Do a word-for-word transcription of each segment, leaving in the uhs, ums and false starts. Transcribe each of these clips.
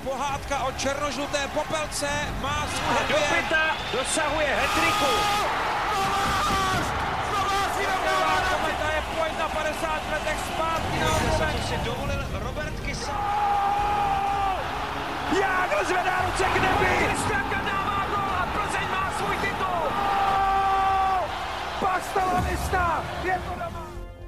pohádka o černožluté popelce má svůj happy end. Dopita dosahuje hat-tricku. Kometa je pojď na padesát letech zpátky na obloven. To si dovolil Robert Kysa. Jágr zvedá ruce k nebi. Kristianka dává gól a Plzeň má svůj titul. Basta la vista, je to doma.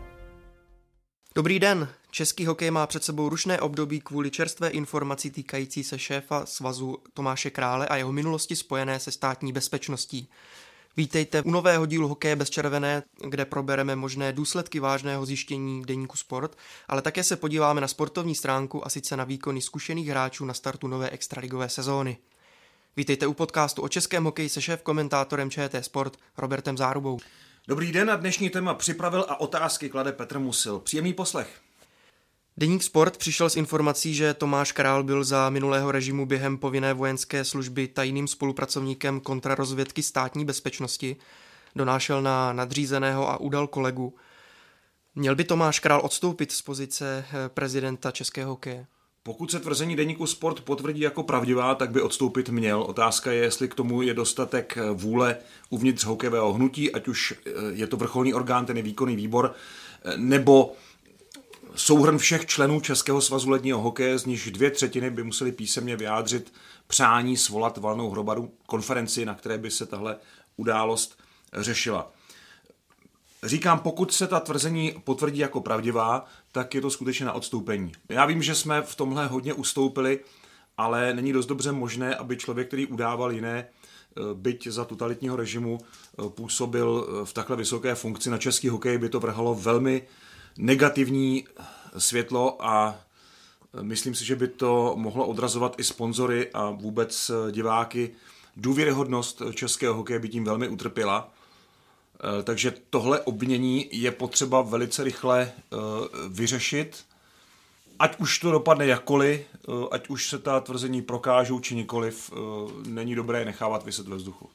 Dobrý den. Český hokej má před sebou rušné období kvůli čerstvé informaci týkající se šéfa svazu Tomáše Krále a jeho minulosti spojené se státní bezpečností. Vítejte u nového dílu Hokeje bez červené, kde probereme možné důsledky vážného zjištění deníku Sport, ale také se podíváme na sportovní stránku a sice na výkony zkušených hráčů na startu nové extraligové sezóny. Vítejte u podcastu o českém hokeji se šéf-komentátorem ČT Sport Robertem Zárubou. Dobrý den, a dnešní téma připravil a otázky klade Petr Musil. Příjemný poslech. Deník Sport přišel s informací, že Tomáš Král byl za minulého režimu během povinné vojenské služby tajným spolupracovníkem kontrarozvědky státní bezpečnosti, donášel na nadřízeného a udal kolegu. Měl by Tomáš Král odstoupit z pozice prezidenta českého hokeje? Pokud se tvrzení deníku Sport potvrdí jako pravdivá, tak by odstoupit měl. Otázka je, jestli k tomu je dostatek vůle uvnitř hokejového hnutí, ať už je to vrcholný orgán, ten je výkonný výbor, nebo souhrn všech členů Českého svazu ledního hokeje, z nichž dvě třetiny by museli písemně vyjádřit přání svolat valnou hromadu konferenci, na které by se tahle událost řešila. Říkám, pokud se ta tvrzení potvrdí jako pravdivá, tak je to skutečně na odstoupení. Já vím, že jsme v tomhle hodně ustoupili, ale není dost dobře možné, aby člověk, který udával jiné, byť za totalitního režimu, působil v takhle vysoké funkci. Na český hokej by to vrhalo velmi negativní světlo a myslím si, že by to mohlo odrazovat i sponzory a vůbec diváky. Důvěryhodnost českého hokeje by tím velmi utrpěla. Takže tohle obvinění je potřeba velice rychle vyřešit. Ať už to dopadne jakkoliv, ať už se ta tvrzení prokážou či nikoliv, není dobré nechávat viset ve vzduchu.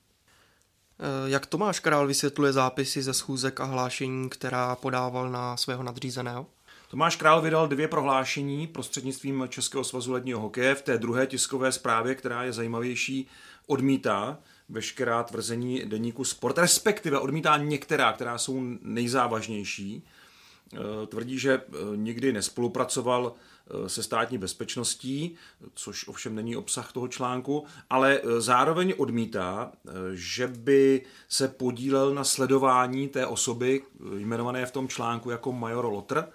Jak Tomáš Král vysvětluje zápisy ze schůzek a hlášení, která podával na svého nadřízeného? Tomáš Král vydal dvě prohlášení prostřednictvím Českého svazu ledního hokeje. V té druhé tiskové zprávě, která je zajímavější, odmítá veškerá tvrzení deníku Sport, respektive odmítá některá, která jsou nejzávažnější. Tvrdí, že nikdy nespolupracoval se státní bezpečností, což ovšem není obsah toho článku, ale zároveň odmítá, že by se podílel na sledování té osoby, jmenované v tom článku jako major Lotr,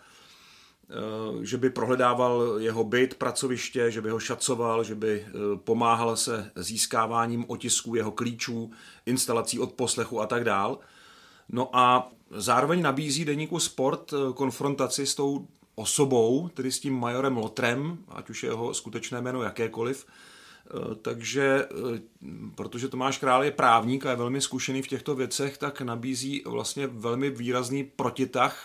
že by prohledával jeho byt, pracoviště, že by ho šacoval, že by pomáhal se získáváním otisků jeho klíčů, instalací odposlechu a tak dál. No a zároveň nabízí deníku Sport konfrontaci s tou osobou, tedy s tím majorem Lotrem, ať už je jeho skutečné jméno jakékoliv. Takže, protože Tomáš Král je právník a je velmi zkušený v těchto věcech, tak nabízí vlastně velmi výrazný protitah.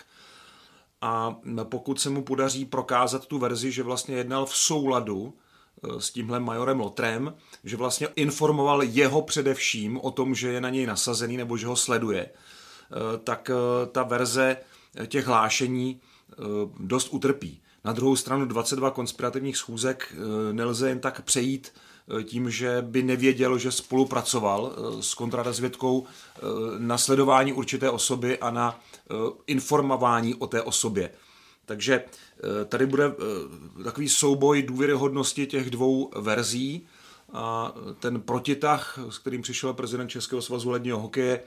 A pokud se mu podaří prokázat tu verzi, že vlastně jednal v souladu s tímhle majorem Lotrem, že vlastně informoval jeho především o tom, že je na něj nasazený nebo že ho sleduje, tak ta verze těch hlášení dost utrpí. Na druhou stranu dvacet dva konspirativních schůzek nelze jen tak přejít tím, že by nevěděl, že spolupracoval s kontrarozvědkou na sledování určité osoby a na informování o té osobě. Takže tady bude takový souboj důvěryhodnosti těch dvou verzí a ten protitah, s kterým přišel prezident Českého svazu ledního hokeje,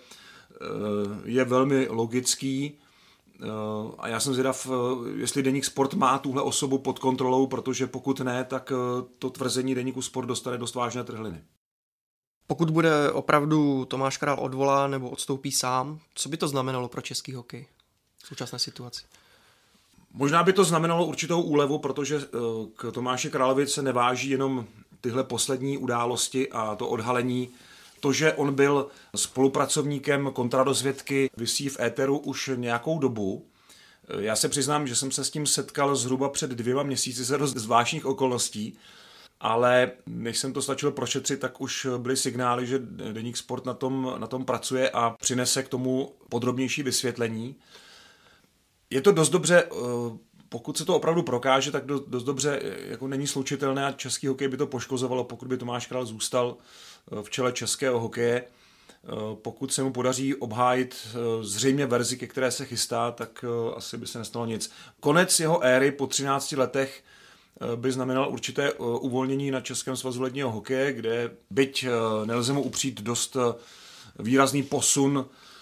je velmi logický. A já jsem zvědav, jestli deník Sport má tuhle osobu pod kontrolou, protože pokud ne, tak to tvrzení deníku Sport dostane dost vážné trhliny. Pokud bude opravdu Tomáš Král odvolán nebo odstoupí sám, co by to znamenalo pro český hokej v současné situaci? Možná by to znamenalo určitou úlevu, protože k Tomáši Královi se neváží jenom tyhle poslední události a to odhalení. To, že on byl spolupracovníkem kontrarozvědky, visí v éteru už nějakou dobu. Já se přiznám, že jsem se s tím setkal zhruba před dvěma měsíci za dost zvláštních okolností, ale než jsem to stačil prošetřit, tak už byly signály, že deník Sport na tom, na tom pracuje a přinese k tomu podrobnější vysvětlení. Je to dost dobře pokud se to opravdu prokáže, tak dost, dost dobře jako není slučitelné a český hokej by to poškozovalo, pokud by Tomáš Král zůstal v čele českého hokeje. Pokud se mu podaří obhájit zřejmě verzi, ke které se chystá, tak asi by se nestalo nic. Konec jeho éry po třinácti letech by znamenal určité uvolnění na Českém svazu ledního hokeje, kde byť nelze mu upřít dost výrazný posun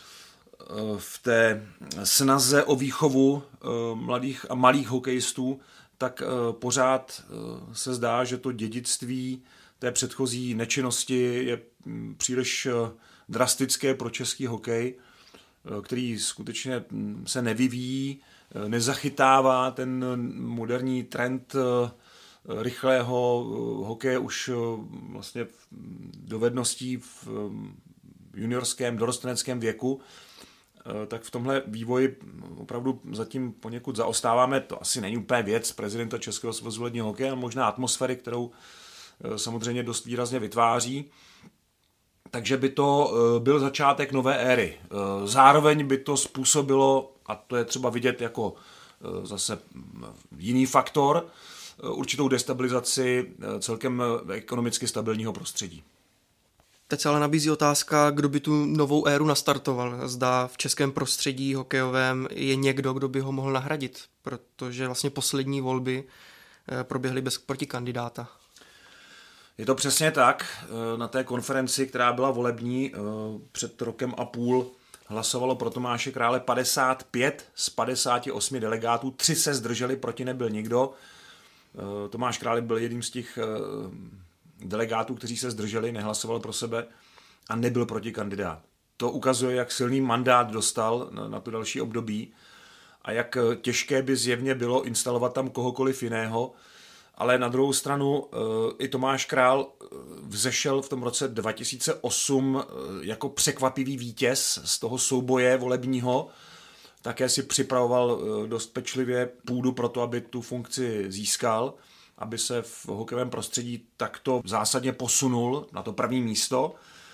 v té snaze o výchovu mladých a malých hokejistů, tak pořád se zdá, že to dědictví té předchozí nečinnosti je příliš drastické pro český hokej, který skutečně se nevyvíjí, nezachytává ten moderní trend rychlého hokeje už vlastně dovedností v juniorském, dorosteneckém věku, tak v tomhle vývoji opravdu zatím poněkud zaostáváme. To asi není úplně věc prezidenta Českého svazu ledního hokeje, ale možná atmosféry, kterou samozřejmě dost výrazně vytváří. Takže by to byl začátek nové éry. Zároveň by to způsobilo, a to je třeba vidět jako zase jiný faktor, určitou destabilizaci celkem ekonomicky stabilního prostředí. Teď se ale nabízí otázka, kdo by tu novou éru nastartoval. Zda v českém prostředí hokejovém je někdo, kdo by ho mohl nahradit, protože vlastně poslední volby proběhly bez protikandidáta. Je to přesně tak. Na té konferenci, která byla volební před rokem a půl, hlasovalo pro Tomáše Krále padesát pět z padesáti osmi delegátů, tři se zdrželi, proti nebyl nikdo. Tomáš Král byl jedním z těch delegátů, kteří se zdrželi, nehlasoval pro sebe a nebyl protikandidát. To ukazuje, jak silný mandát dostal na, na to další období a jak těžké by zjevně bylo instalovat tam kohokoliv jiného, ale na druhou stranu i Tomáš Král vzešel v tom roce dva tisíce osm jako překvapivý vítěz z toho souboje volebního. Také si připravoval dost pečlivě půdu pro to, aby tu funkci získal, aby se v hokejovém prostředí takto zásadně posunul na to první místo.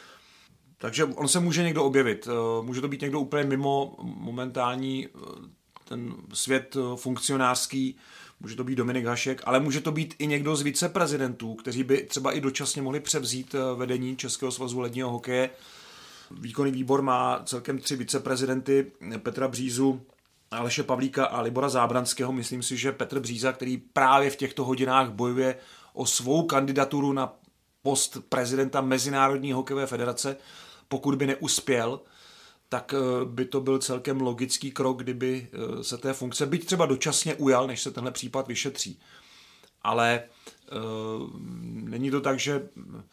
Takže on se může někdo objevit. Může to být někdo úplně mimo momentální ten svět funkcionářský, může to být Dominik Hašek, ale může to být i někdo z viceprezidentů, kteří by třeba i dočasně mohli převzít vedení Českého svazu ledního hokeje. Výkonný výbor má celkem tři viceprezidenty, Petra Břízu, Aleše Pavlíka a Libora Zábranského. Myslím si, že Petr Bříza, který právě v těchto hodinách bojuje o svou kandidaturu na post prezidenta Mezinárodní hokejové federace, pokud by neuspěl, tak by to byl celkem logický krok, kdyby se té funkce byť třeba dočasně ujal, než se tenhle případ vyšetří. Ale e, není to tak, že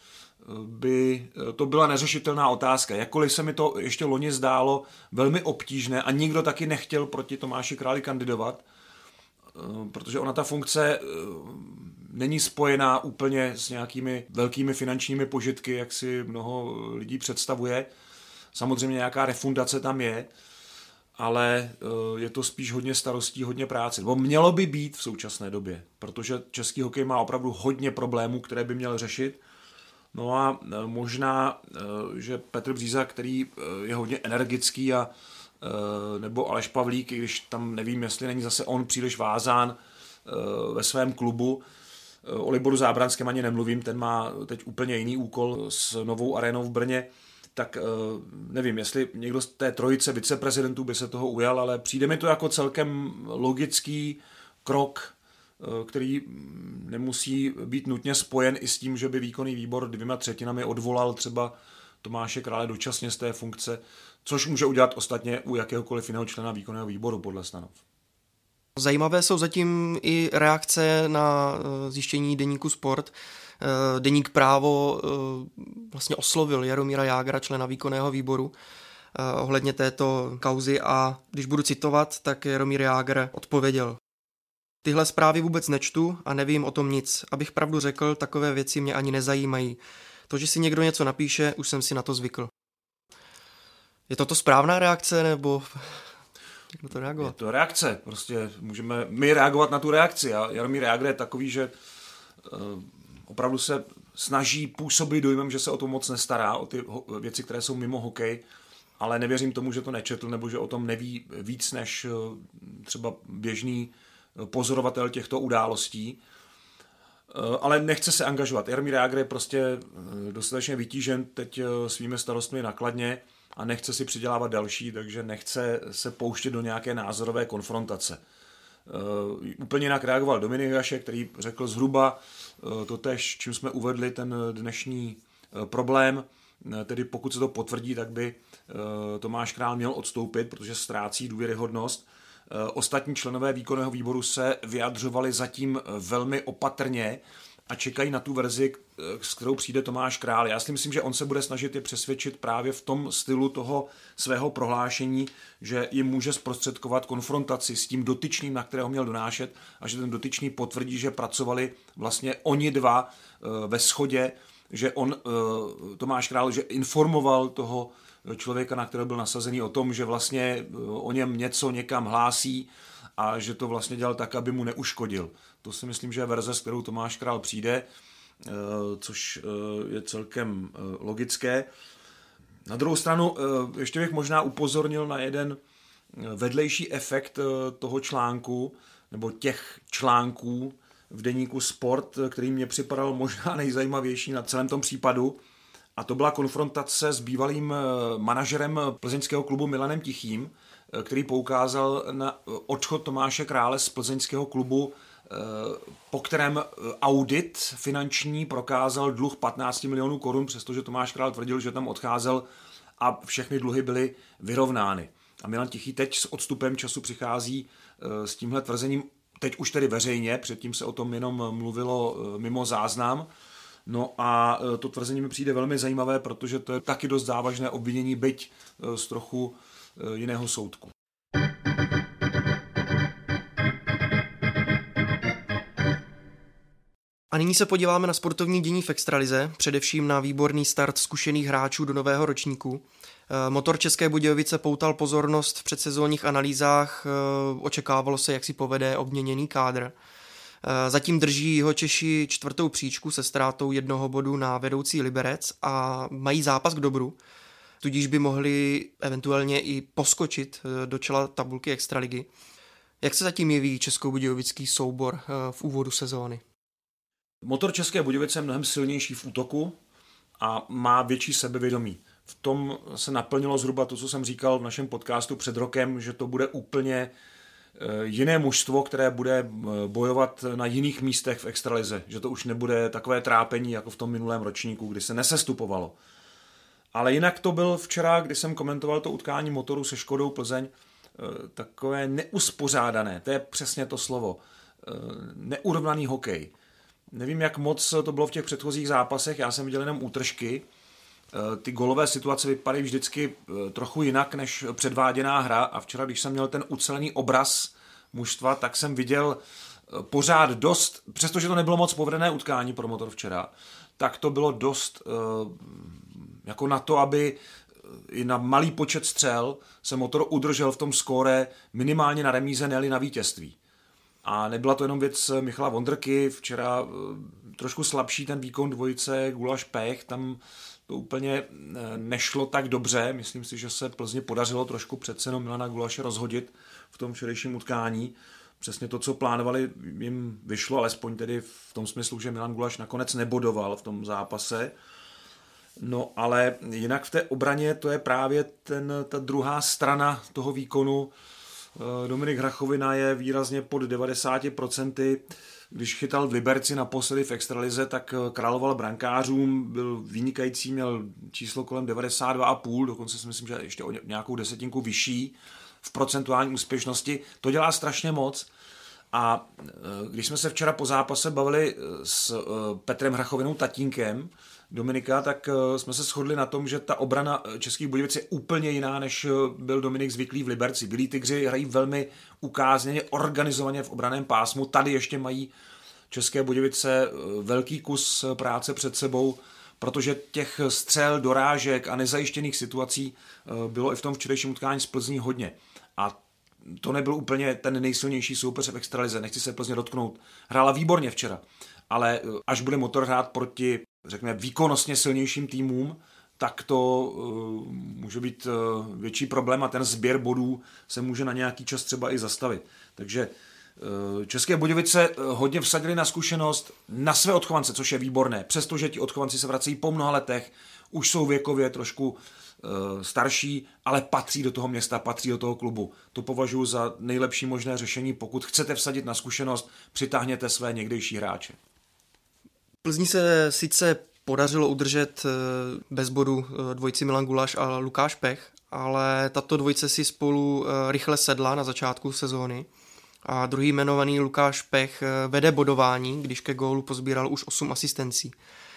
by to byla neřešitelná otázka. Jakkoliv se mi to ještě loni zdálo velmi obtížné a nikdo taky nechtěl proti Tomáši Králi kandidovat, protože ona ta funkce není spojená úplně s nějakými velkými finančními požitky, jak si mnoho lidí představuje. Samozřejmě nějaká refundace tam je, ale je to spíš hodně starostí, hodně práce. Bo mělo by být v současné době, protože český hokej má opravdu hodně problémů, které by měl řešit. No a možná, že Petr Bříza, který je hodně energický, a nebo Aleš Pavlík, i když tam nevím, jestli není zase on příliš vázán ve svém klubu. O Liboru Zábranském ani nemluvím, ten má teď úplně jiný úkol s novou arénou v Brně. Tak nevím, jestli někdo z té trojice viceprezidentů by se toho ujal, ale přijde mi to jako celkem logický krok, který nemusí být nutně spojen i s tím, že by výkonný výbor dvěma třetinami odvolal třeba Tomáše Krále dočasně z té funkce, což může udělat ostatně u jakéhokoliv jiného člena výkonného výboru podle stanov. Zajímavé jsou zatím i reakce na zjištění deníku Sport. Deník Právo vlastně oslovil Jaromíra Jágra, člena výkonného výboru, ohledně této kauzy a když budu citovat, tak Jaromír Jágr odpověděl: tyhle zprávy vůbec nečtu a nevím o tom nic. Abych pravdu řekl, takové věci mě ani nezajímají. To, že si někdo něco napíše, už jsem si na to zvykl. Je toto správná reakce, nebo jak na to reagovat? Je to reakce, prostě můžeme my reagovat na tu reakci a Jaromír Jágr je takový, že uh, opravdu se snaží působit dojmem, že se o to moc nestará, o ty ho- věci, které jsou mimo hokej, ale nevěřím tomu, že to nečetl nebo že o tom neví víc než uh, třeba běžný pozorovatel těchto událostí, ale nechce se angažovat. Jaromír Jágr je prostě dostatečně vytížen teď svými starostmi na Kladně a nechce si přidělávat další, takže nechce se pouštět do nějaké názorové konfrontace. Uh, úplně jinak reagoval Dominik Hašek, který řekl zhruba uh, totéž, čím jsme uvedli ten dnešní uh, problém, uh, tedy pokud se to potvrdí, tak by uh, Tomáš Král měl odstoupit, protože ztrácí důvěryhodnost. Uh, ostatní členové výkonného výboru se vyjadřovali zatím velmi opatrně a čekají na tu verzi, s kterou přijde Tomáš Král. Já si myslím, že on se bude snažit je přesvědčit právě v tom stylu toho svého prohlášení, že jim může zprostředkovat konfrontaci s tím dotyčným, na kterého měl donášet, a že ten dotyčný potvrdí, že pracovali vlastně oni dva ve shodě, že on, Tomáš Král, že informoval toho člověka, na kterého byl nasazený, o tom, že vlastně o něm něco někam hlásí a že to vlastně dělal tak, aby mu neuškodil. To si myslím, že je verze, s kterou Tomáš Král přijde, což je celkem logické. Na druhou stranu ještě bych možná upozornil na jeden vedlejší efekt toho článku, nebo těch článků v deníku Sport, který mě připadal možná nejzajímavější na celém tom případu, a to byla konfrontace s bývalým manažerem plzeňského klubu Milanem Tichým, který poukázal na odchod Tomáše Krále z plzeňského klubu, po kterém audit finanční prokázal dluh patnáct milionů korun, přestože Tomáš Král tvrdil, že tam odcházel a všechny dluhy byly vyrovnány. A Milan Tichý teď s odstupem času přichází s tímhle tvrzením, teď už tedy veřejně, předtím se o tom jenom mluvilo mimo záznam. No a to tvrzení mi přijde velmi zajímavé, protože to je taky dost závažné obvinění, byť z trochu jiného soudku. A nyní se podíváme na sportovní dění v extralize, především na výborný start zkušených hráčů do nového ročníku. Motor České Budějovice poutal pozornost v předsezónních analýzách, očekávalo se, jak si povede obměněný kádr. Zatím drží jeho Češi čtvrtou příčku se ztrátou jednoho bodu na vedoucí Liberec a mají zápas k dobru, tudíž by mohli eventuálně i poskočit do čela tabulky extraligy. Jak se zatím jeví českobudějovický soubor v úvodu sezóny? Motor České Budějovice je mnohem silnější v útoku a má větší sebevědomí. V tom se naplnilo zhruba to, co jsem říkal v našem podcastu před rokem, že to bude úplně jiné mužstvo, které bude bojovat na jiných místech v extralize. Že to už nebude takové trápení jako v tom minulém ročníku, kdy se nesestupovalo. Ale jinak to byl včera, kdy jsem komentoval to utkání Motoru se Škodou Plzeň, takové neuspořádané, to je přesně to slovo, neurovnaný hokej. Nevím, jak moc to bylo v těch předchozích zápasech, já jsem viděl jenom útržky. Ty golové situace vypadají vždycky trochu jinak než předváděná hra a včera, když jsem měl ten ucelený obraz mužstva, tak jsem viděl pořád dost, přestože to nebylo moc povedené utkání pro Motor včera, tak to bylo dost jako na to, aby i na malý počet střel se Motor udržel v tom skóre minimálně na remíze, ne-li na vítězství. A nebyla to jenom věc Michala Vondrky, včera trošku slabší ten výkon dvojice Gulaš Pech, tam to úplně nešlo tak dobře, myslím si, že se Plzni podařilo trošku přece jenom Milana Gulaše rozhodit v tom včerejším utkání. Přesně to, co plánovali, jim vyšlo, alespoň tedy v tom smyslu, že Milan Gulaš nakonec nebodoval v tom zápase. No ale jinak v té obraně to je právě ten, ta druhá strana toho výkonu. Dominik Hrachovina je výrazně pod devadesát procent. Když chytal v Liberci naposledy v extralize, tak královal brankářům, byl vynikající, měl číslo kolem devadesát dva celá pět, dokonce si myslím, že ještě o nějakou desetinku vyšší v procentuální úspěšnosti. To dělá strašně moc. A když jsme se včera po zápase bavili s Petrem Hrachovinou, tatínkem Dominika, tak jsme se shodli na tom, že ta obrana Českých Budějovic je úplně jiná, než byl Dominik zvyklý v Liberci. Bílí tygři hrají velmi ukázněně, organizovaně v obranném pásmu. Tady ještě mají České Budějovice velký kus práce před sebou, protože těch střel, dorážek a nezajištěných situací bylo i v tom včerejším utkání z Plzní hodně. A to nebyl úplně ten nejsilnější soupeř v extralize, nechci se Plzně dotknout. Hrála výborně včera, ale až bude Motor hrát proti, řekněme, výkonnostně silnějším týmům, tak to uh, může být uh, větší problém a ten sběr bodů se může na nějaký čas třeba i zastavit. Takže České Budějovice hodně vsadili na zkušenost, na své odchovance, což je výborné. Přestože ti odchovanci se vracejí po mnoha letech, už jsou věkově trošku uh, starší, ale patří do toho města, patří do toho klubu. To považuji za nejlepší možné řešení. Pokud chcete vsadit na zkušenost, přitáhněte své někdejší hráče. Plzni se sice podařilo udržet bez bodu dvojici Milan Gulaš a Lukáš Pech, ale tato dvojice si spolu rychle sedla na začátku sezóny a druhý jmenovaný Lukáš Pech vede bodování, když ke gólu pozbíral už osm asistencí.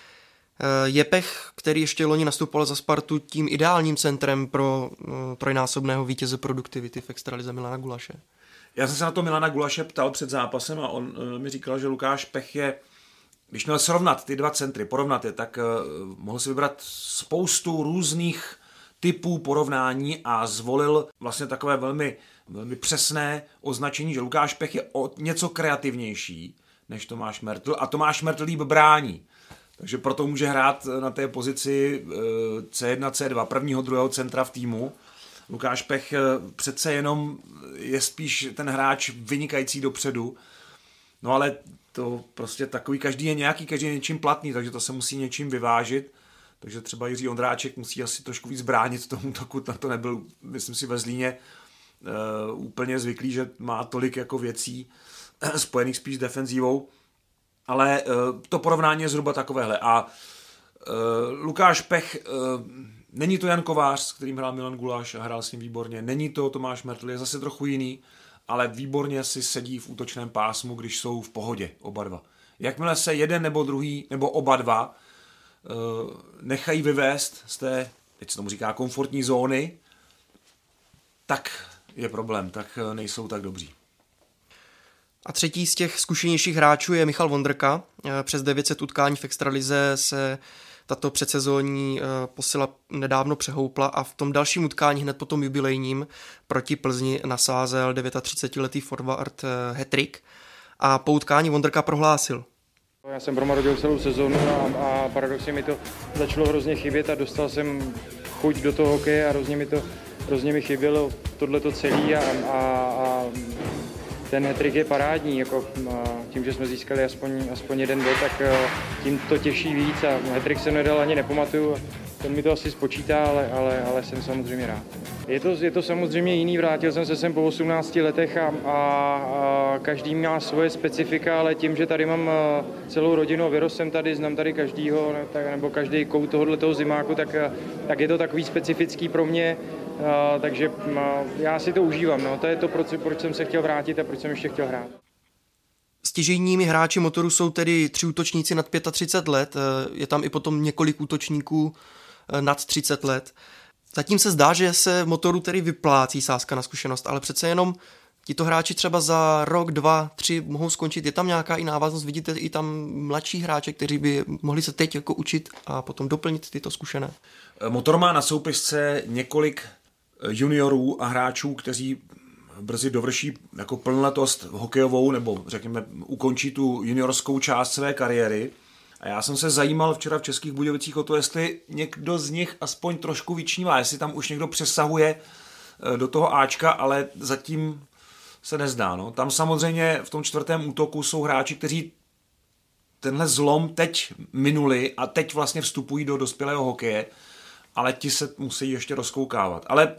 Je Pech, který ještě loni nastupoval za Spartu, tím ideálním centrem pro trojnásobného vítěze produktivity v extralize Milana Gulaše? Já jsem se na to Milana Gulaše ptal před zápasem a on mi říkal, že Lukáš Pech je, když měl srovnat ty dva centry, porovnat je, tak uh, mohl si vybrat spoustu různých typů porovnání a zvolil vlastně takové velmi, velmi přesné označení, že Lukáš Pech je o něco kreativnější než Tomáš Mertl a Tomáš Mertl líp brání. Takže proto může hrát na té pozici uh, C jedna, C dva, prvního, druhého centra v týmu. Lukáš Pech uh, přece jenom je spíš ten hráč vynikající dopředu, no ale to prostě takový, každý je nějaký, každý je něčím platný, takže to se musí něčím vyvážit. Takže třeba Jiří Ondráček musí asi trošku víc bránit tomu, dokud na to nebyl, myslím si, ve Zlíně uh, úplně zvyklý, že má tolik jako věcí spojených spíš s defenzívou. Ale uh, to porovnání je zhruba takovéhle. A uh, Lukáš Pech, uh, není to Jan Kovář, s kterým hrál Milan Gulaš a hrál s ním výborně, není to Tomáš Mertl, je zase trochu jiný, ale výborně si sedí v útočném pásmu, když jsou v pohodě oba dva. Jakmile se jeden nebo druhý, nebo oba dva uh, nechají vyvést z té, teď se tomu říká, komfortní zóny, tak je problém, tak nejsou tak dobří. A třetí z těch zkušenějších hráčů je Michal Vondrka. Přes devět set utkání v extralize se tato předsezónní posila nedávno přehoupla a v tom dalším utkání hned po tom jubilejním proti Plzni nasázel třicetiletý forward hat-trick a po utkání Vondrka prohlásil: Já jsem promarodil celou sezónu a, a paradoxně mi to začalo hrozně chybět a dostal jsem chuť do toho hokeje a hrozně mi to hrozně mi chybělo tohleto celé a, a, a ten hat-trick je parádní, jako tím, že jsme získali aspoň, aspoň jeden bod, tak tím to těší víc a hat-trick se nedal ani nepamatuju, ten mi to asi spočítá, ale, ale, ale jsem samozřejmě rád. Je to, je to samozřejmě jiný, vrátil jsem se sem po osmnácti letech a, a, a každý má svoje specifika, ale tím, že tady mám celou rodinu, vyrost jsem tady, znám tady každýho, nebo každý kout tohoto zimáku, tak, tak je to takový specifický pro mě. Uh, takže uh, já si to užívám, no. To je to, proč, proč jsem se chtěl vrátit a proč jsem ještě chtěl hrát. Stěžejními hráči Motoru jsou tedy tři útočníci nad třicet pět let, je tam i potom několik útočníků nad třicet let. Zatím se zdá, že se Motoru tedy vyplácí sázka na zkušenost, ale přece jenom tito hráči třeba za rok, dva, tři mohou skončit. Je tam nějaká i návaznost, vidíte i tam mladší hráče, kteří by mohli se teď jako učit a potom doplnit tyto zkušené? Motor má na soupisce několik juniorů a hráčů, kteří brzy dovrší jako plnoletost hokejovou nebo řekněme ukončí tu juniorskou část své kariéry. A já jsem se zajímal včera v Českých Budějovicích o to, jestli někdo z nich aspoň trošku vyčnívá, jestli tam už někdo přesahuje do toho Ačka, ale zatím se nezdá. No. Tam samozřejmě v tom čtvrtém útoku jsou hráči, kteří tenhle zlom teď minuli a teď vlastně vstupují do dospělého hokeje, ale ti se musí ještě rozkoukávat. Ale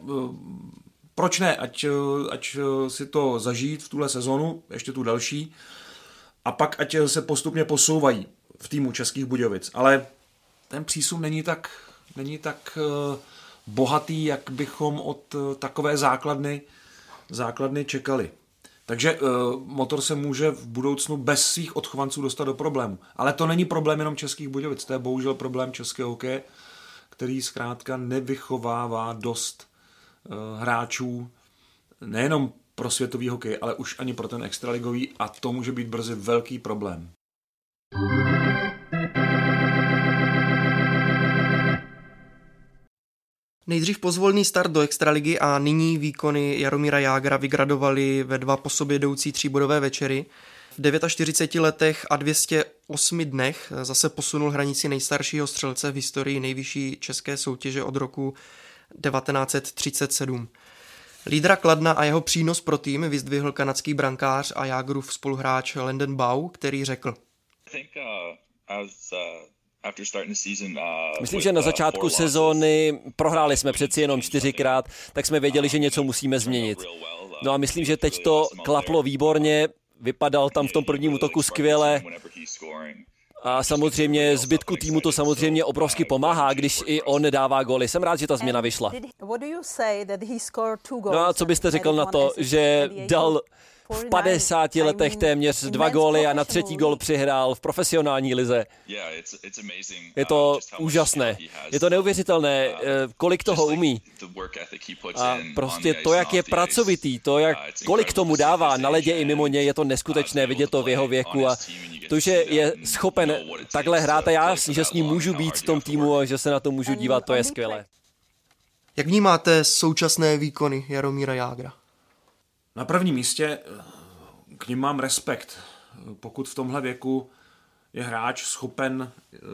proč ne, ať, ať si to zažít v tuhle sezonu, ještě tu další, a pak ať se postupně posouvají v týmu Českých Budějovic. Ale ten přísun není tak, není tak bohatý, jak bychom od takové základny, základny čekali. Takže Motor se může v budoucnu bez svých odchovanců dostat do problému. Ale to není problém jenom Českých Budějovic, to je bohužel problém českého hokeje, který zkrátka nevychovává dost uh, hráčů nejenom pro světový hokej, ale už ani pro ten extraligový a to může být brzy velký problém. Nejdřív pozvolný start do extraligy a nyní výkony Jaromíra Jágra vygradovaly ve dva po sobě jdoucí tříbodové večery. V čtyřiceti devíti letech a dvě stě osmi dnech zase posunul hranici nejstaršího střelce v historii nejvyšší české soutěže od roku devatenáct set třicet sedm. Lídra Kladna a jeho přínos pro tým vyzdvihl kanadský brankář a Jágrův spoluhráč Landon Bow, který řekl: Myslím, že na začátku sezóny prohráli jsme přeci jenom čtyřikrát, tak jsme věděli, že něco musíme změnit. No a myslím, že teď to klaplo výborně, vypadal tam v tom prvním útoku skvěle. A samozřejmě zbytku týmu to samozřejmě obrovsky pomáhá, když i on dává góly. Jsem rád, že ta změna vyšla. No a co byste řekl na to, že dal v padesáti letech téměř dva góly a na třetí gól přihrál v profesionální lize? Je to úžasné. Je to neuvěřitelné, kolik toho umí. A prostě to, jak je pracovitý, to, jak, kolik tomu dává na ledě i mimo něj, je to neskutečné vidět to v jeho věku. A to, že je schopen takhle hrát a já, že s ním můžu být v tom týmu a že se na to můžu dívat, to je skvělé. Jak vnímáte současné výkony Jaromíra Jágra? Na prvním místě k nim mám respekt. Pokud v tomhle věku je hráč schopen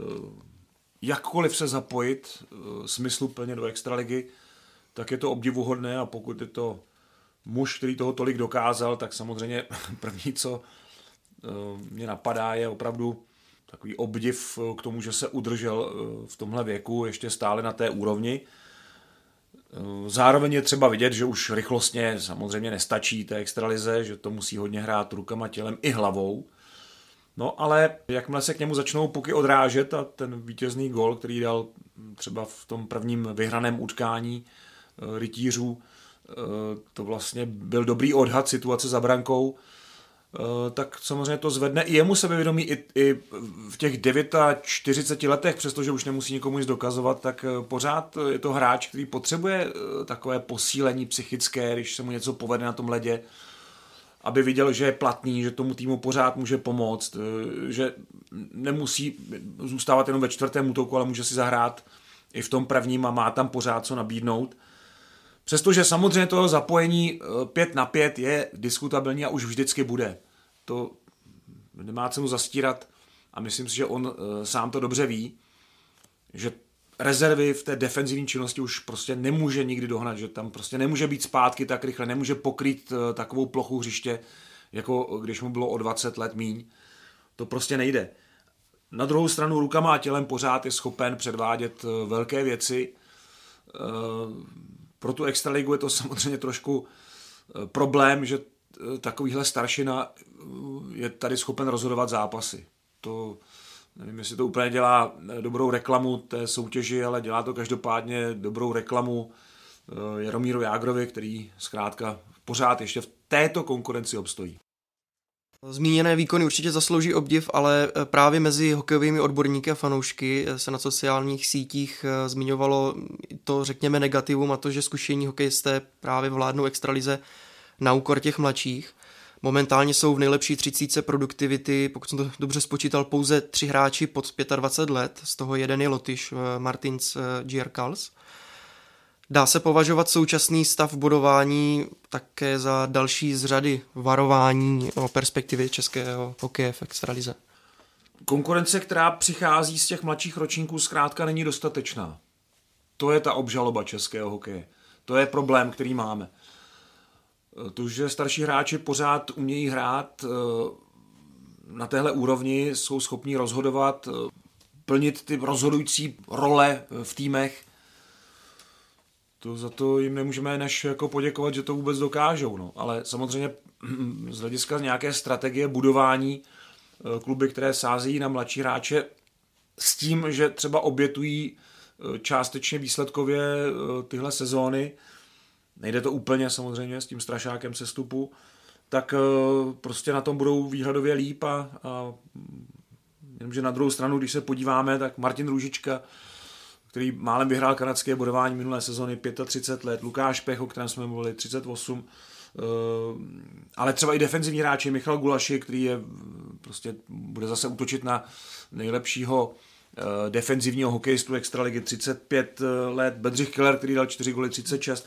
jakkoliv se zapojit smysluplně do extraligy, tak je to obdivuhodné, a pokud je to muž, který toho tolik dokázal, tak samozřejmě první, co mě napadá, je opravdu takový obdiv k tomu, že se udržel v tomhle věku ještě stále na té úrovni. Zároveň je třeba vidět, že už rychlostně samozřejmě nestačí té extralize, že to musí hodně hrát rukama, tělem i hlavou. No ale jakmile se k němu začnou puky odrážet a ten vítězný gól, který dal třeba v tom prvním vyhraném utkání rytířů, to vlastně byl dobrý odhad situace za brankou, tak samozřejmě to zvedne i jemu sebevědomí i, i v těch čtyřiceti devíti letech, přestože už nemusí nikomu nic dokazovat, tak pořád je to hráč, který potřebuje takové posílení psychické, když se mu něco povede na tom ledě, aby viděl, že je platný, že tomu týmu pořád může pomoct, že nemusí zůstávat jenom ve čtvrtém útoku, ale může si zahrát i v tom prvním a má tam pořád co nabídnout. Přestože samozřejmě to zapojení pět na pět je diskutabilní a už vždycky bude. To nemá cenu zastírat a myslím si, že on sám to dobře ví, že rezervy v té defenzivní činnosti už prostě nemůže nikdy dohnat, že tam prostě nemůže být zpátky tak rychle, nemůže pokrýt takovou plochu hřiště, jako když mu bylo o dvacet let míň. To prostě nejde. Na druhou stranu rukama a tělem pořád je schopen předvádět velké věci. Pro tu extraligu je to samozřejmě trošku problém, že takovýhle staršina je tady schopen rozhodovat zápasy. To nevím, jestli to úplně dělá dobrou reklamu té soutěži, ale dělá to každopádně dobrou reklamu Jaromíru Jágrovi, který zkrátka pořád ještě v této konkurenci obstojí. Zmíněné výkony určitě zaslouží obdiv, ale právě mezi hokejovými odborníky a fanoušky se na sociálních sítích zmiňovalo to, řekněme, negativum, a to, že zkušení hokejisté právě vládnou extralize na úkor těch mladších. Momentálně jsou v nejlepší třicítce produktivity, pokud jsem to dobře spočítal, pouze tři hráči pod dvacet pět let, z toho jeden je Lotyš, Martins Džierkals. Dá se považovat současný stav bodování také za další z řady varování o perspektivě českého hokeje v extralize? Konkurence, která přichází z těch mladších ročníků, zkrátka není dostatečná. To je ta obžaloba českého hokeje. To je problém, který máme. To, že starší hráči pořád umějí hrát na téhle úrovni, jsou schopní rozhodovat, plnit ty rozhodující role v týmech, to za to jim nemůžeme než jako poděkovat, že to vůbec dokážou. No. Ale samozřejmě z hlediska nějaké strategie budování kluby, které sází na mladší hráče s tím, že třeba obětují částečně výsledkově tyhle sezóny, nejde to úplně samozřejmě s tím strašákem sestupu, tak prostě na tom budou výhledově líp a, a jenomže na druhou stranu, když se podíváme, tak Martin Růžička, který málem vyhrál kanadské bodování minulé sezony, třicet pět let, Lukáš Pech, o kterém jsme mluvili, třicet osm, ale třeba i defenzivní hráči, Michal Gulaši, který je, prostě bude zase útočit na nejlepšího defenzivního hokejistu extraligy, třicet pět let, Bedřich Keller, který dal čtyři góly, třicet šest.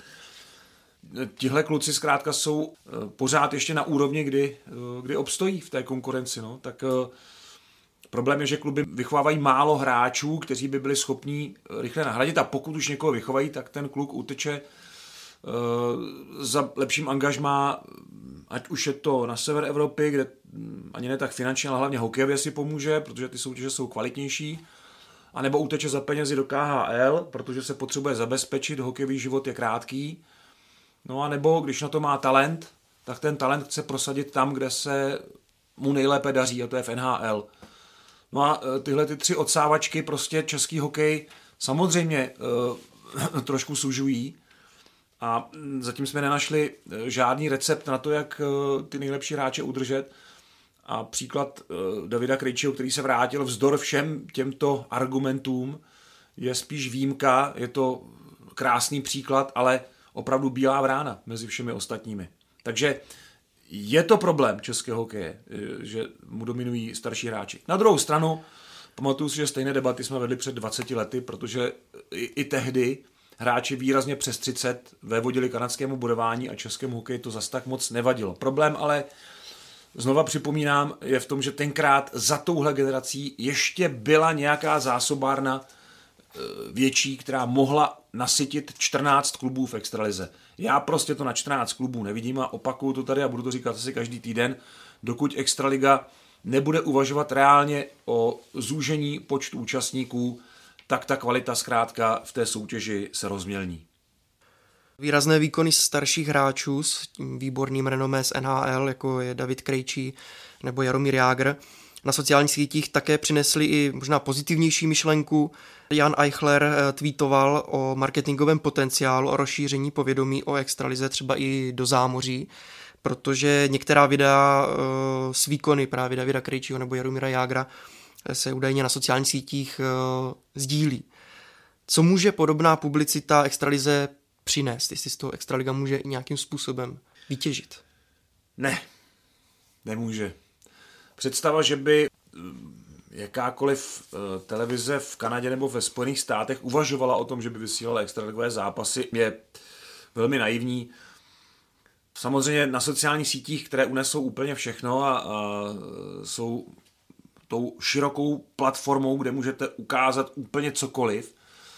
Tihle kluci zkrátka jsou pořád ještě na úrovni, kdy, kdy obstojí v té konkurenci. No. Tak problém je, že kluby vychovávají málo hráčů, kteří by byli schopní rychle nahradit, a pokud už někoho vychovají, tak ten kluk uteče za lepším angažmá, ať už je to na sever Evropy, kde ani ne tak finančně, ale hlavně hokejově si pomůže, protože ty soutěže jsou kvalitnější, anebo uteče za penězi do K H L, protože se potřebuje zabezpečit, hokejový život je krátký. No a nebo když na to má talent, tak ten talent chce prosadit tam, kde se mu nejlépe daří, a to je v N H L. No a tyhle ty tři odsávačky prostě český hokej samozřejmě uh, trošku sužují a zatím jsme nenašli žádný recept na to, jak uh, ty nejlepší hráče udržet. A příklad uh, Davida Krejčího, který se vrátil vzdor všem těmto argumentům, je spíš výjimka, je to krásný příklad, ale opravdu bílá vrána mezi všemi ostatními. Takže je to problém českého hokeje, že mu dominují starší hráči. Na druhou stranu, pamatuju si, že stejné debaty jsme vedli před dvaceti lety, protože i, i tehdy hráči výrazně přes třicet vévodili kanadskému bodování a českému hokeji to zas tak moc nevadilo. Problém ale, znova připomínám, je v tom, že tenkrát za touhle generací ještě byla nějaká zásobárna větší, která mohla nasytit čtrnáct klubů v extralize. Já prostě to na čtrnáct klubů nevidím a opakuju to tady a budu to říkat asi každý týden, dokud extraliga nebude uvažovat reálně o zúžení počtu účastníků, tak ta kvalita zkrátka v té soutěži se rozmělní. Výrazné výkony starších hráčů s tím výborným renomé z N H L, jako je David Krejčí nebo Jaromír Jágr, na sociálních sítích také přinesli i možná pozitivnější myšlenku. Jan Eichler tweetoval o marketingovém potenciálu a rozšíření povědomí o extralize třeba i do zámoří, protože některá videa s výkony právě Davida Krejčího nebo Jaromíra Jágra se údajně na sociálních sítích sdílí. Co může podobná publicita extralize přinést, jestli z toho extraliga může nějakým způsobem vytěžit? Ne, nemůže. Představa, že by jakákoliv televize v Kanadě nebo ve Spojených státech uvažovala o tom, že by vysílala extraligové zápasy, je velmi naivní. Samozřejmě na sociálních sítích, které unesou úplně všechno a, a jsou tou širokou platformou, kde můžete ukázat úplně cokoliv,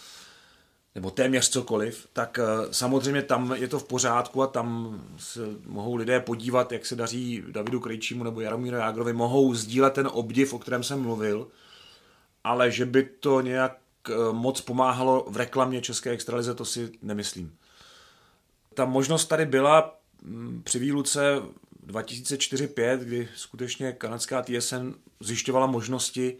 nebo téměř cokoliv, tak samozřejmě tam je to v pořádku a tam se mohou lidé podívat, jak se daří Davidu Krejčímu nebo Jaromíru Jágrovi, mohou sdílet ten obdiv, o kterém jsem mluvil, ale že by to nějak moc pomáhalo v reklamě české extralize, to si nemyslím. Ta možnost tady byla při výluce dva tisíce čtyři pět, kdy skutečně kanadská T S N zjišťovala možnosti,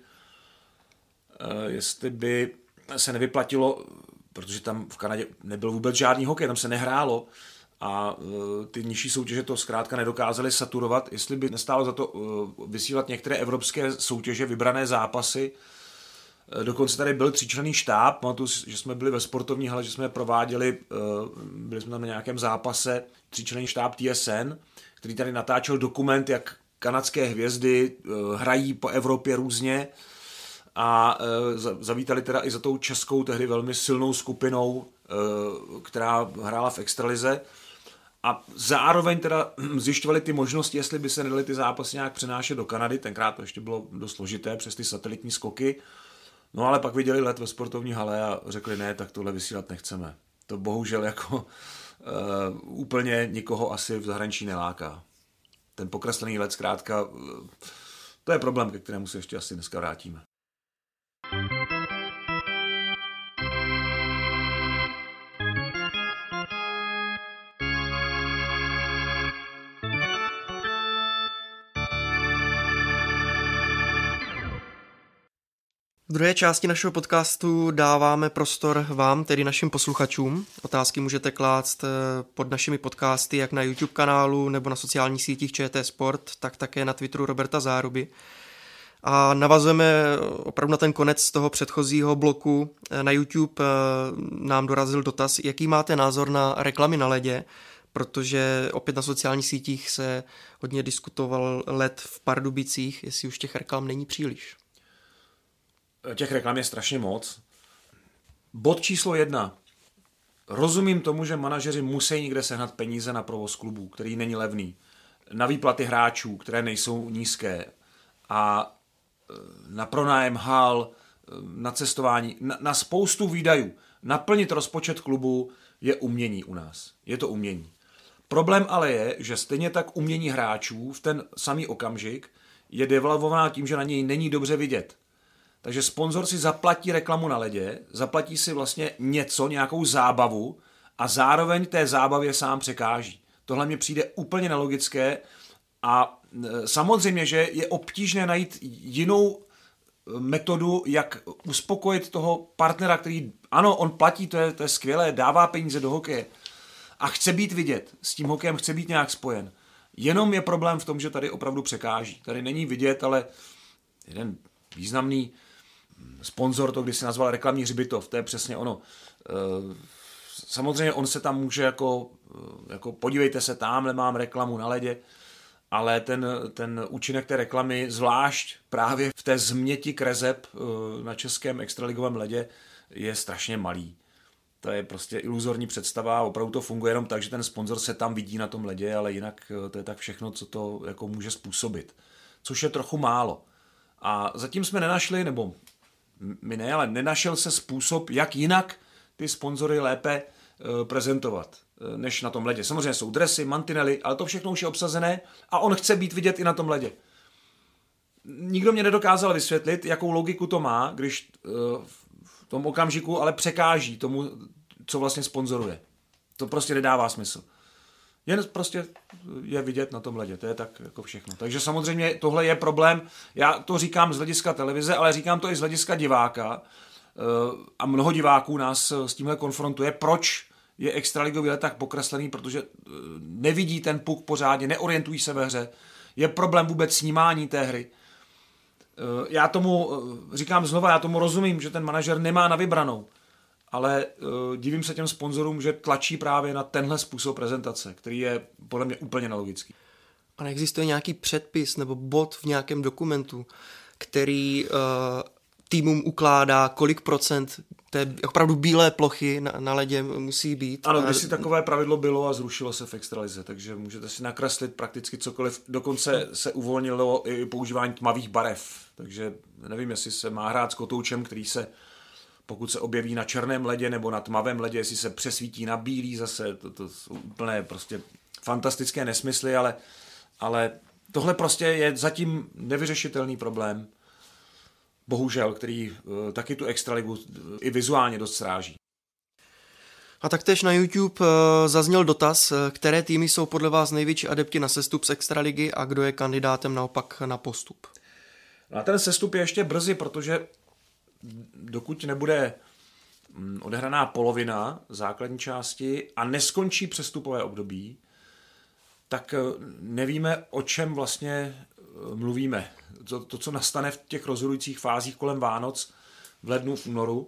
jestli by se nevyplatilo, protože tam v Kanadě nebyl vůbec žádný hokej, tam se nehrálo a ty nižší soutěže to zkrátka nedokázaly saturovat, jestli by nestálo za to vysílat některé evropské soutěže, vybrané zápasy. Dokonce tady byl tříčlenný štáb, pamatuju, že jsme byli ve sportovní hale, že jsme prováděli, byli jsme tam na nějakém zápase, tříčlenný štáb T S N, který tady natáčel dokument, jak kanadské hvězdy hrají po Evropě různě a zavítali teda i za tou českou tehdy velmi silnou skupinou, která hrála v extralize. A zároveň teda zjišťovali ty možnosti, jestli by se nedaly ty zápasy nějak přenášet do Kanady, tenkrát to ještě bylo dost složité přes ty satelitní skoky. No ale pak viděli let ve sportovní hale a řekli ne, tak tohle vysílat nechceme. To bohužel jako uh, úplně nikoho asi v zahraničí neláká. Ten pokreslený let zkrátka, uh, to je problém, ke kterému se ještě asi dneska vrátíme. V druhé části našeho podcastu dáváme prostor vám, tedy našim posluchačům. Otázky můžete klást pod našimi podcasty, jak na YouTube kanálu nebo na sociálních sítích Č T Sport, tak také na Twitteru Roberta Záruby. A navazujeme opravdu na ten konec toho předchozího bloku. Na YouTube nám dorazil dotaz, jaký máte názor na reklamy na ledě, protože opět na sociálních sítích se hodně diskutoval led v Pardubicích, jestli už těch reklam není příliš. Těch reklam je strašně moc. Bod číslo jedna. Rozumím tomu, že manažeři musí někde sehnat peníze na provoz klubů, který není levný, na výplaty hráčů, které nejsou nízké a na pronájem hal, na cestování, na, na spoustu výdajů. Naplnit rozpočet klubu je umění u nás. Je to umění. Problém ale je, že stejně tak umění hráčů v ten samý okamžik je devalvovaná tím, že na něj není dobře vidět. Takže sponzor si zaplatí reklamu na ledě, zaplatí si vlastně něco, nějakou zábavu a zároveň té zábavě sám překáží. Tohle mi přijde úplně nelogické a samozřejmě, že je obtížné najít jinou metodu, jak uspokojit toho partnera, který, ano, on platí, to je, to je skvělé, dává peníze do hokeje a chce být vidět, s tím hokejem chce být nějak spojen. Jenom je problém v tom, že tady opravdu překáží. Tady není vidět, ale jeden významný sponzor to když si nazval reklamní hřbitov, to je přesně ono. Samozřejmě on se tam může jako, jako podívejte se, tamhle mám reklamu na ledě, ale ten, ten účinek té reklamy, zvlášť právě v té změti kreseb na českém extraligovém ledě, je strašně malý. To je prostě iluzorní představa a opravdu to funguje jenom tak, že ten sponzor se tam vidí na tom ledě, ale jinak to je tak všechno, co to jako může způsobit. Což je trochu málo. A zatím jsme nenašli, nebo my ne, ale nenašel se způsob, jak jinak ty sponzory lépe prezentovat, než na tom ledě. Samozřejmě jsou dresy, mantinely, ale to všechno už je obsazené a on chce být vidět i na tom ledě. Nikdo mě nedokázal vysvětlit, jakou logiku to má, když v tom okamžiku ale překáží tomu, co vlastně sponzoruje. To prostě nedává smysl. Jen prostě je vidět na tom ledě, to je tak jako všechno. Takže samozřejmě tohle je problém, já to říkám z hlediska televize, ale říkám to i z hlediska diváka a mnoho diváků nás s tímhle konfrontuje, proč je extraligový let tak pokreslený, protože nevidí ten puk pořádně, neorientují se ve hře, je problém vůbec snímání té hry. Já tomu říkám znova, já tomu rozumím, že ten manažer nemá na vybranou, ale uh, divím se těm sponzorům, že tlačí právě na tenhle způsob prezentace, který je podle mě úplně nelogický. A neexistuje nějaký předpis nebo bod v nějakém dokumentu, který uh, týmům ukládá, kolik procent té opravdu bílé plochy na, na ledě musí být? Ano, když si takové pravidlo bylo a zrušilo se v extralize, takže můžete si nakreslit prakticky cokoliv. Dokonce se uvolnilo i používání tmavých barev, takže nevím, jestli se má hrát s kotoučem, který se pokud se objeví na černém ledě nebo na tmavém ledě, jestli se přesvítí na bílý zase, to, to jsou úplné prostě fantastické nesmysly, ale, ale tohle prostě je zatím nevyřešitelný problém, bohužel, který uh, taky tu extraligu uh, i vizuálně dost sráží. A taktéž na YouTube uh, zazněl dotaz, které týmy jsou podle vás největší adepti na sestup z extraligy a kdo je kandidátem naopak na postup? A ten sestup je ještě brzy, protože dokud nebude odehraná polovina základní části a neskončí přestupové období, tak nevíme, o čem vlastně mluvíme. To, to, co nastane v těch rozhodujících fázích kolem Vánoc v lednu, v únoru.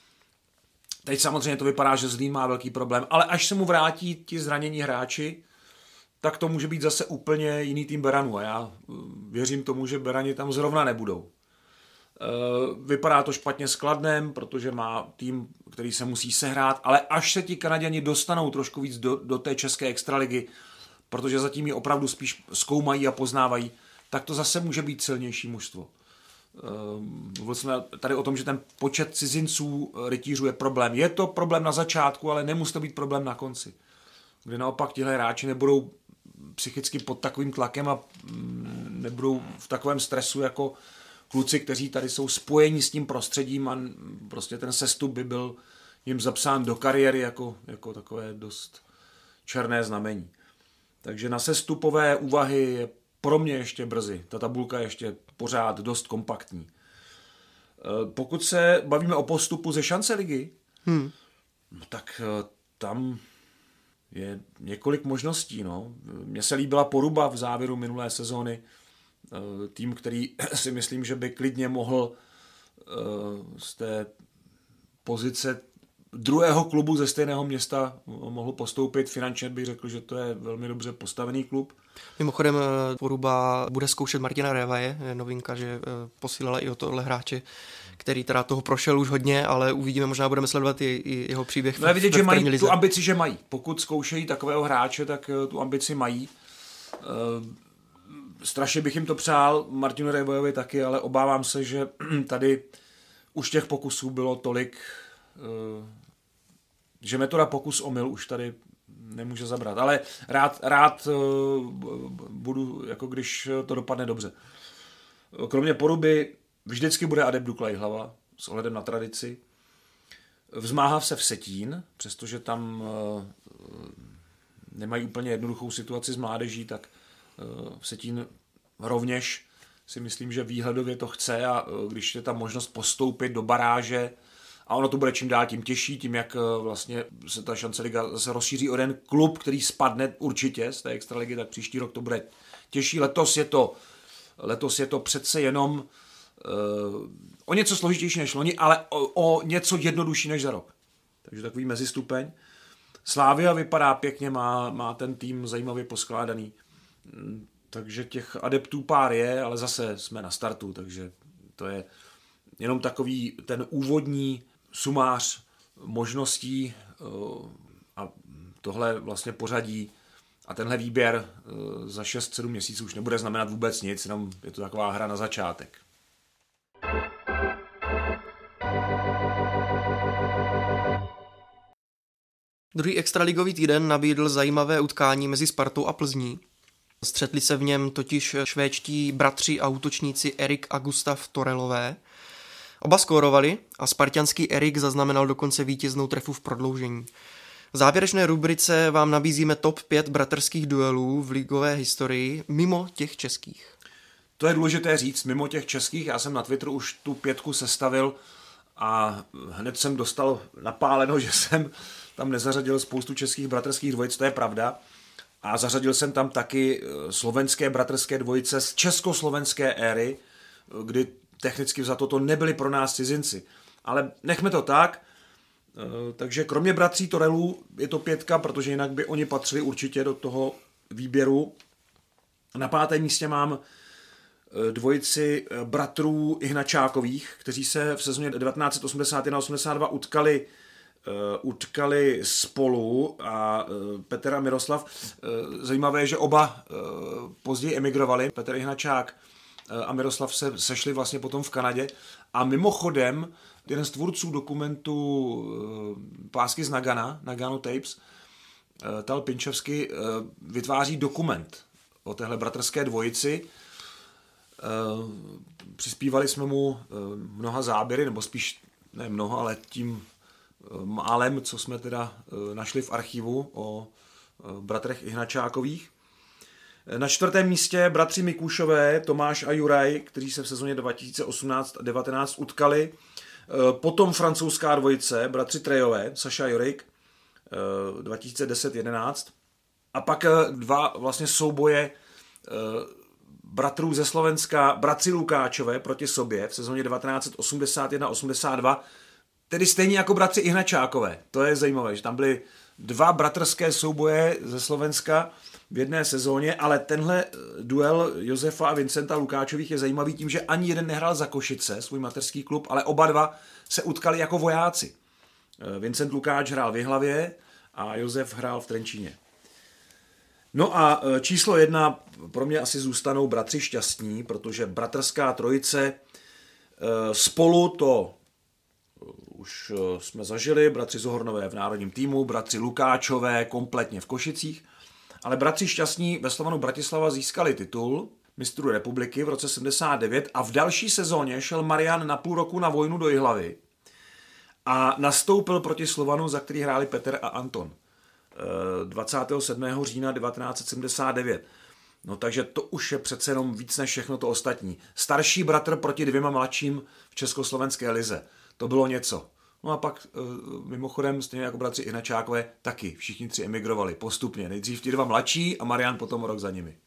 Teď samozřejmě to vypadá, že Zlín má velký problém, ale až se mu vrátí ti zranění hráči, tak to může být zase úplně jiný tým Beranů. A já věřím tomu, že Berani tam zrovna nebudou. Vypadá to špatně s Kladnem, protože má tým, který se musí sehrát, ale až se ti Kanaděni dostanou trošku víc do, do té české extraligy, protože zatím ji opravdu spíš zkoumají a poznávají, tak to zase může být silnější mužstvo. Mluvil jsme tady o tom, že ten počet cizinců rytířů je problém. Je to problém na začátku, ale nemusí to být problém na konci. Kdy naopak tihle hráči nebudou psychicky pod takovým tlakem a nebudou v takovém stresu jako kluci, kteří tady jsou spojeni s tím prostředím a prostě ten sestup by byl jim zapsán do kariéry jako, jako takové dost černé znamení. Takže na sestupové úvahy je pro mě ještě brzy. Ta tabulka je ještě pořád dost kompaktní. Pokud se bavíme o postupu ze šance ligy, hmm. tak tam je několik možností. No. Mně se líbila Poruba v závěru minulé sezóny. Tým, který si myslím, že by klidně mohl z té pozice druhého klubu ze stejného města mohl postoupit. Finančně bych řekl, že to je velmi dobře postavený klub. Mimochodem Poruba bude zkoušet Martina Révaje, je novinka, že posílala i o tohle hráče, který teda toho prošel už hodně, ale uvidíme, možná budeme sledovat i, i jeho příběh. No je vidět, že mají lize. Tu ambici, že mají. Pokud zkoušejí takového hráče, tak tu ambici mají. Strašně bych jim to přál, Martinu Révajovi taky, ale obávám se, že tady už těch pokusů bylo tolik, že metoda pokus omyl už tady nemůže zabrat, ale rád, rád budu, jako když to dopadne dobře. Kromě Poruby vždycky bude adept Dukla Jihlava s ohledem na tradici. Vzmáhav se Vsetín, přestože tam nemají úplně jednoduchou situaci s mládeží, tak Vsetín rovněž si myslím, že výhledově to chce a když je tam možnost postoupit do baráže a ono to bude čím dál tím těžší, tím jak vlastně se ta šance liga zase rozšíří o jeden klub, který spadne určitě z té extraligy, tak příští rok to bude těžší. Letos je to, letos je to přece jenom uh, o něco složitější než loni, ale o, o něco jednodušší než za rok. Takže takový mezistupeň. Slavia vypadá pěkně, má, má ten tým zajímavě poskládaný. Takže těch adeptů pár je, ale zase jsme na startu, takže to je jenom takový ten úvodní sumář možností a tohle vlastně pořadí a tenhle výběr za šest sedm měsíců už nebude znamenat vůbec nic, jenom je to taková hra na začátek. Druhý extraligový týden nabídl zajímavé utkání mezi Spartou a Plzní. Střetli se v něm totiž švédští bratři a útočníci Erik a Gustav Torelové. Oba skórovali a spartanský Erik zaznamenal dokonce vítěznou trefu v prodloužení. V závěrečné rubrice vám nabízíme top pět bratrských duelů v ligové historii mimo těch českých. To je důležité říct, mimo těch českých. Já jsem na Twitteru už tu pětku sestavil a hned jsem dostal napáleno, že jsem tam nezařadil spoustu českých bratrských dvojic, to je pravda. A zařadil jsem tam taky slovenské bratrské dvojice z československé éry, kdy technicky vzato to nebyli pro nás cizinci. Ale nechme to tak. Takže kromě bratří Torelů je to pětka, protože jinak by oni patřili určitě do toho výběru. Na pátém místě mám dvojici bratrů Ihnačákových, kteří se v sezóně devatenáct osmdesát jedna osmdesát dva utkali Uh, utkali spolu a uh, Petr a Miroslav. Uh, zajímavé je, že oba uh, později emigrovali. Petr Ihnačák uh, a Miroslav se sešli vlastně potom v Kanadě. A mimochodem, jeden z tvůrců dokumentu uh, Pásky z Nagana, Nagano Tapes, uh, Tal Pinčevsky, uh, vytváří dokument o téhle bratrské dvojici. Uh, přispívali jsme mu uh, mnoha záběry, nebo spíš ne mnoho, ale tím málem, co jsme teda našli v archivu o bratrech Ihnačákových. Na čtvrtém místě bratři Mikušové, Tomáš a Juraj, kteří se v sezóně dva tisíce osmnáct devatenáct utkali. Potom francouzská dvojice, bratři Trejové, Saša a Jorik, dva tisíce deset jedenáct. A pak dva vlastně souboje bratrů ze Slovenska, bratři Lukáčové proti sobě v sezóně devatenáct osmdesát jedna osmdesát dva. Tedy stejně jako bratři Ihnačákové. To je zajímavé, že tam byly dva bratrské souboje ze Slovenska v jedné sezóně, ale tenhle duel Josefa a Vincenta Lukáčových je zajímavý tím, že ani jeden nehrál za Košice, svůj mateřský klub, ale oba dva se utkali jako vojáci. Vincent Lukáč hrál v Jihlavě a Josef hrál v Trenčíně. No a číslo jedna pro mě asi zůstanou bratři Šťastní, protože bratrská trojice spolu to už jsme zažili, bratři Zohornové v národním týmu, bratři Lukáčové kompletně v Košicích, ale bratři Šťastní ve Slovanu Bratislava získali titul mistrů republiky v roce sedmdesát devět a v další sezóně šel Marian na půl roku na vojnu do Jihlavy a nastoupil proti Slovanu, za který hráli Petr a Anton dvacátého sedmého října devatenáct sedmdesát devět. No takže to už je přece jenom víc než všechno to ostatní. Starší bratr proti dvěma mladším v československé lize. To bylo něco. No a pak mimochodem, stejně jako bratři Ihnačákové, taky všichni tři emigrovali postupně. Nejdřív ti dva mladší a Marian potom rok za nimi.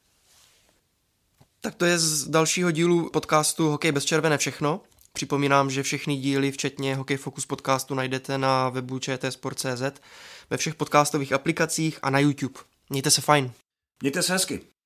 Tak to je z dalšího dílu podcastu Hokej bez červené všechno. Připomínám, že všechny díly, včetně Hokej Focus podcastu, najdete na webu č t sport tečka cé zet, ve všech podcastových aplikacích a na YouTube. Mějte se fajn. Mějte se hezky.